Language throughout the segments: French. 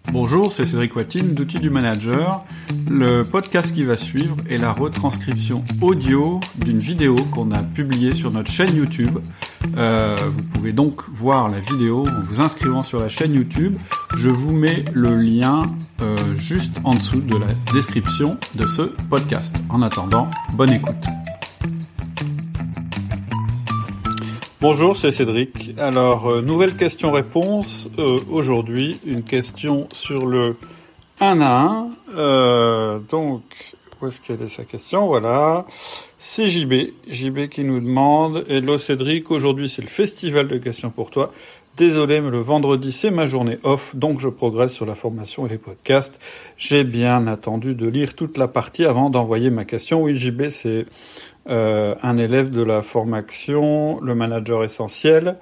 Bonjour, c'est Cédric Watine d'Outils du Manager. Le podcast qui va suivre est la retranscription audio d'une vidéo qu'on a publiée sur notre chaîne YouTube. Vous pouvez donc voir la vidéo en vous inscrivant sur la chaîne YouTube. Je vous mets le lien juste en dessous de la description de ce podcast. En attendant, bonne écoute. Bonjour, c'est Cédric. Alors, nouvelle question-réponse. Aujourd'hui, une question sur le 1 à 1. Donc, où est-ce qu'elle est sa question? Voilà. C'est JB qui nous demande « Hello Cédric, aujourd'hui c'est le festival de questions pour toi. Désolé, mais le vendredi c'est ma journée off, donc je progresse sur la formation et les podcasts. J'ai bien attendu de lire toute la partie avant d'envoyer ma question. » Oui, JB, c'est un élève de la formation, le manager essentiel.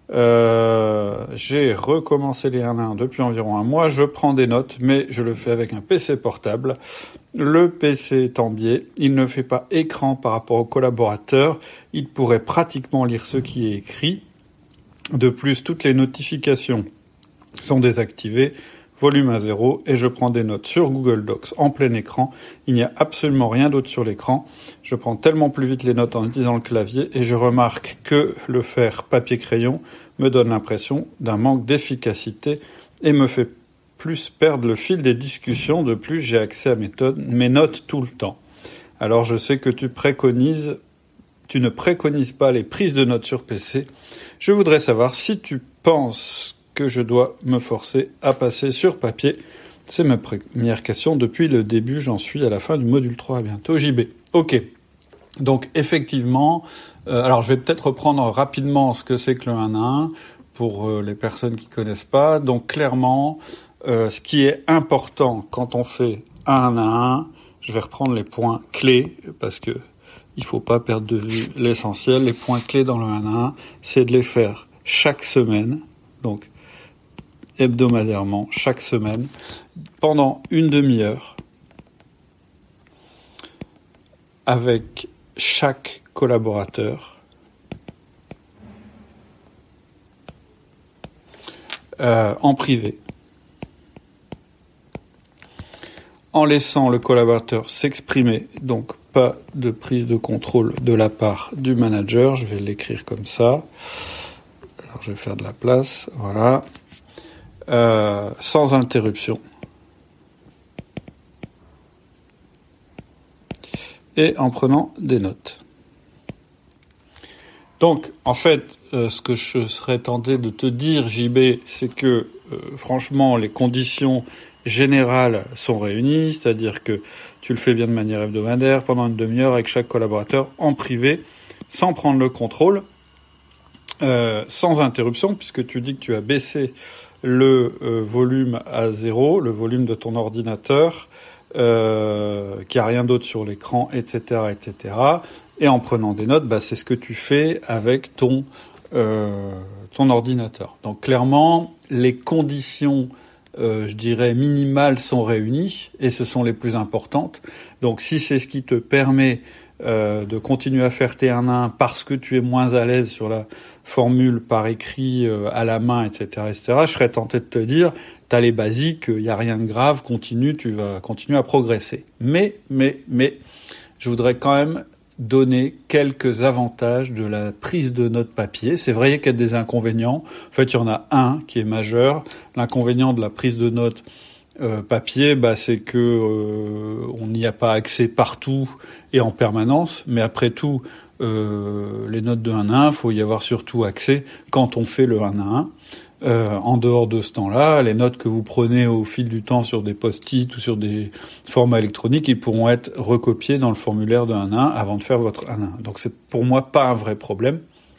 J'ai recommencé les 1 à 1 depuis environ un mois. Je prends des notes, mais je le fais avec un PC portable. Le PC est en biais. Il ne fait pas écran par rapport aux collaborateurs. Il pourrait pratiquement lire ce qui est écrit. De plus, toutes les notifications sont désactivées. Volume à 0, et je prends des notes sur Google Docs en plein écran. Il n'y a absolument rien d'autre sur l'écran. Je prends tellement plus vite les notes en utilisant le clavier, et je remarque que le faire papier-crayon me donne l'impression d'un manque d'efficacité et me fait plus perdre le fil des discussions. De plus, j'ai accès à mes notes tout le temps. Alors je sais que tu ne préconises pas les prises de notes sur PC. Je voudrais savoir si tu penses que je dois me forcer à passer sur papier. C'est ma première question depuis le début. J'en suis à la fin du module 3. À bientôt, JB. Ok. Donc, effectivement, alors je vais peut-être reprendre rapidement ce que c'est que le 1 à 1 pour les personnes qui connaissent pas. Donc, clairement, ce qui est important quand on fait 1 à 1, je vais reprendre les points clés parce que il faut pas perdre de vue l'essentiel. Les points clés dans le 1 à 1, c'est de les faire chaque semaine. Donc, hebdomadairement, chaque semaine, pendant une demi-heure, avec chaque collaborateur, en privé, en laissant le collaborateur s'exprimer, donc pas de prise de contrôle de la part du manager. Je vais l'écrire comme ça. Alors je vais faire de la place, voilà. Sans interruption. Et en prenant des notes. Donc, en fait, ce que je serais tenté de te dire, JB, c'est que, franchement, les conditions générales sont réunies, c'est-à-dire que tu le fais bien de manière hebdomadaire, pendant une demi-heure, avec chaque collaborateur, en privé, sans prendre le contrôle, sans interruption, puisque tu dis que tu as baissé le volume à 0, le volume de ton ordinateur, qu'il n'y a rien d'autre sur l'écran, etc., etc. Et en prenant des notes, c'est ce que tu fais avec ton ordinateur. Donc clairement, les conditions, je dirais, minimales sont réunies, et ce sont les plus importantes. Donc si c'est ce qui te permet de continuer à faire tes 1 à 1 parce que tu es moins à l'aise sur la formule par écrit, à la main, etc., etc., je serais tenté de te dire, t'as les basiques, il n'y a rien de grave, continue, tu vas continuer à progresser. Mais, je voudrais quand même donner quelques avantages de la prise de notes papier. C'est vrai qu'il y a des inconvénients. En fait, il y en a un qui est majeur. L'inconvénient de la prise de notes papier, c'est que on n'y a pas accès partout et en permanence. Mais après tout, les notes de 1 à 1, il faut y avoir surtout accès quand on fait le 1 à 1. En dehors de ce temps-là, les notes que vous prenez au fil du temps sur des post-it ou sur des formats électroniques, ils pourront être recopiés dans le formulaire de 1 à 1 avant de faire votre 1 à 1. Donc c'est pour moi pas un vrai problème.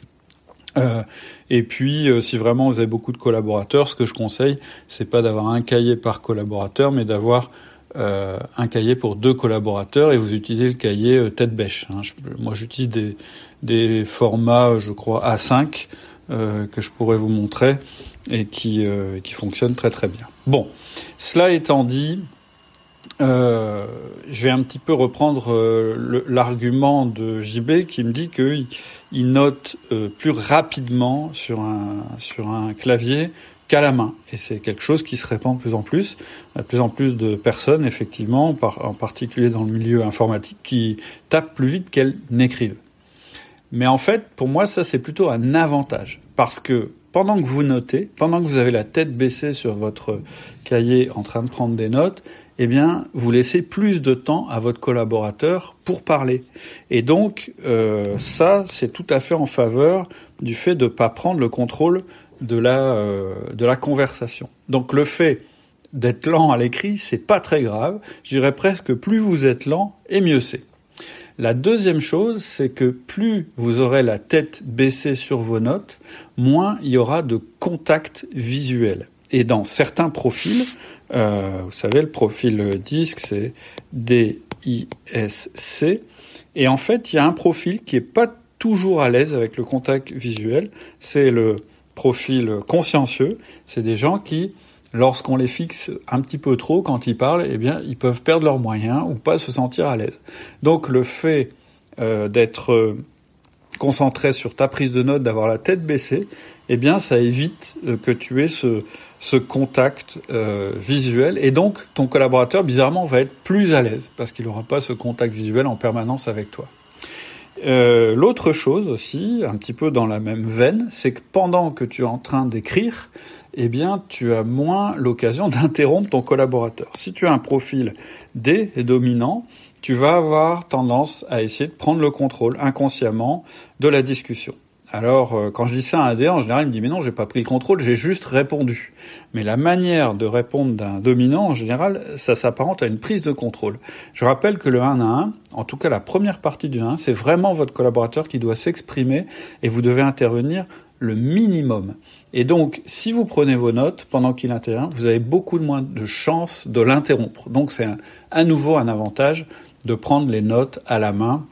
Et puis, si vraiment vous avez beaucoup de collaborateurs, ce que je conseille, c'est pas d'avoir un cahier par collaborateur, mais d'avoir un cahier pour 2 collaborateurs, et vous utilisez le cahier tête bêche. Moi, j'utilise des formats, je crois, A5 que je pourrais vous montrer et qui fonctionnent très très bien. Bon, cela étant dit, je vais un petit peu reprendre l'argument de JB qui me dit qu'il note plus rapidement sur un clavier qu'à la main. Et c'est quelque chose qui se répand de plus en plus. Il y a de plus en plus de personnes, effectivement, en particulier dans le milieu informatique, qui tapent plus vite qu'elles n'écrivent. Mais en fait, pour moi, ça, c'est plutôt un avantage. Parce que pendant que vous notez, pendant que vous avez la tête baissée sur votre cahier en train de prendre des notes, eh bien, vous laissez plus de temps à votre collaborateur pour parler. Et donc, ça, c'est tout à fait en faveur du fait de ne pas prendre le contrôle de la conversation. Donc, le fait d'être lent à l'écrit, c'est pas très grave. Je dirais presque plus vous êtes lent, et mieux c'est. La deuxième chose, c'est que plus vous aurez la tête baissée sur vos notes, moins il y aura de contact visuel. Et dans certains profils, vous savez, le profil DISC, c'est D-I-S-C. Et en fait, il y a un profil qui est pas toujours à l'aise avec le contact visuel. C'est le profil consciencieux. C'est des gens qui, lorsqu'on les fixe un petit peu trop quand ils parlent, eh bien, ils peuvent perdre leurs moyens ou pas se sentir à l'aise. Donc, le fait d'être concentré sur ta prise de notes, d'avoir la tête baissée, eh bien, ça évite que tu aies ce contact visuel. Et donc, ton collaborateur, bizarrement, va être plus à l'aise parce qu'il n'aura pas ce contact visuel en permanence avec toi. L'autre chose aussi, un petit peu dans la même veine, c'est que pendant que tu es en train d'écrire, eh bien, tu as moins l'occasion d'interrompre ton collaborateur. Si tu as un profil D et dominant, tu vas avoir tendance à essayer de prendre le contrôle inconsciemment de la discussion. Alors, quand je dis ça à un D, en général, il me dit « Mais non, j'ai pas pris le contrôle, j'ai juste répondu. » Mais la manière de répondre d'un dominant, en général, ça s'apparente à une prise de contrôle. Je rappelle que le 1 à 1, en tout cas la première partie du 1, c'est vraiment votre collaborateur qui doit s'exprimer et vous devez intervenir le minimum. Et donc, si vous prenez vos notes pendant qu'il intervient, vous avez beaucoup moins de chances de l'interrompre. Donc, c'est à nouveau un avantage de prendre les notes à la main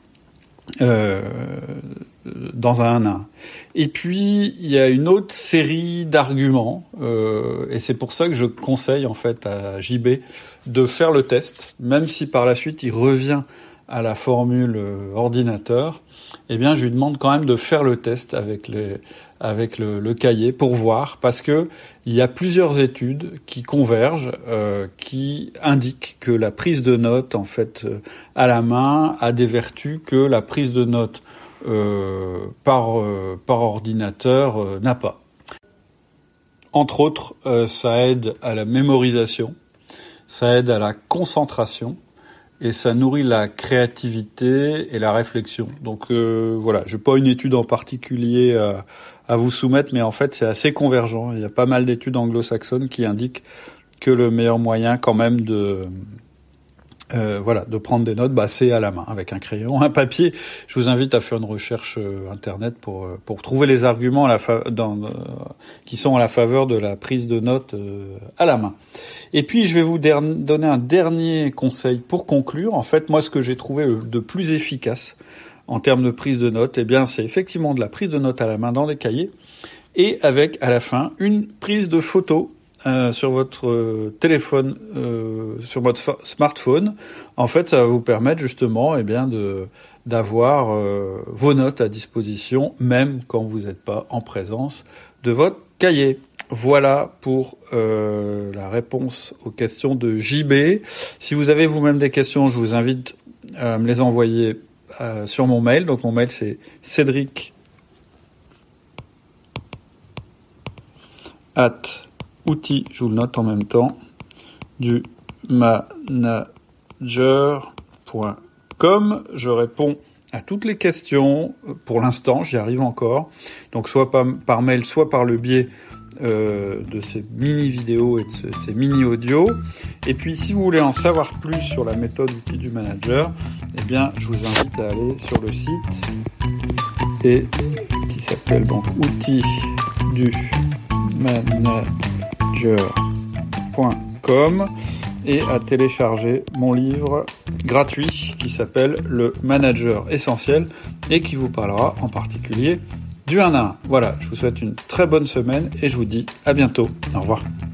dans un 1-1. Et puis, il y a une autre série d'arguments, et c'est pour ça que je conseille en fait à JB de faire le test, même si par la suite il revient à la formule ordinateur, eh bien je lui demande quand même de faire le test avec le cahier pour voir, parce que il y a plusieurs études qui convergent, qui indiquent que la prise de notes en fait à la main a des vertus que la prise de notes par ordinateur n'a pas. Entre autres, ça aide à la mémorisation, ça aide à la concentration et ça nourrit la créativité et la réflexion. Donc voilà, j'ai pas une étude en particulier à vous soumettre, mais en fait c'est assez convergent. Il y a pas mal d'études anglo-saxonnes qui indiquent que le meilleur moyen quand même de prendre des notes, c'est à la main, avec un crayon, un papier. Je vous invite à faire une recherche internet pour trouver les arguments qui sont à la faveur de la prise de notes à la main. Et puis, je vais vous donner un dernier conseil pour conclure. En fait, moi, ce que j'ai trouvé de plus efficace en termes de prise de notes, eh bien, c'est effectivement de la prise de notes à la main dans des cahiers et avec, à la fin, une prise de photo sur votre téléphone, sur votre smartphone. En fait, ça va vous permettre justement, d'avoir vos notes à disposition, même quand vous n'êtes pas en présence de votre cahier. Voilà pour la réponse aux questions de JB. Si vous avez vous-même des questions, je vous invite à me les envoyer sur mon mail. Donc mon mail c'est Cédric @outils, je vous le note en même temps, du manager.com. Je réponds à toutes les questions. Pour l'instant, j'y arrive encore. Donc soit par mail, soit par le biais de ces mini-vidéos et de ces mini-audios. Et puis, si vous voulez en savoir plus sur la méthode outils du manager, eh bien, je vous invite à aller sur le site qui s'appelle donc outils du manager.com et à télécharger mon livre gratuit qui s'appelle Le Manager Essentiel et qui vous parlera en particulier du 1 à 1. Voilà, je vous souhaite une très bonne semaine et je vous dis à bientôt. Au revoir.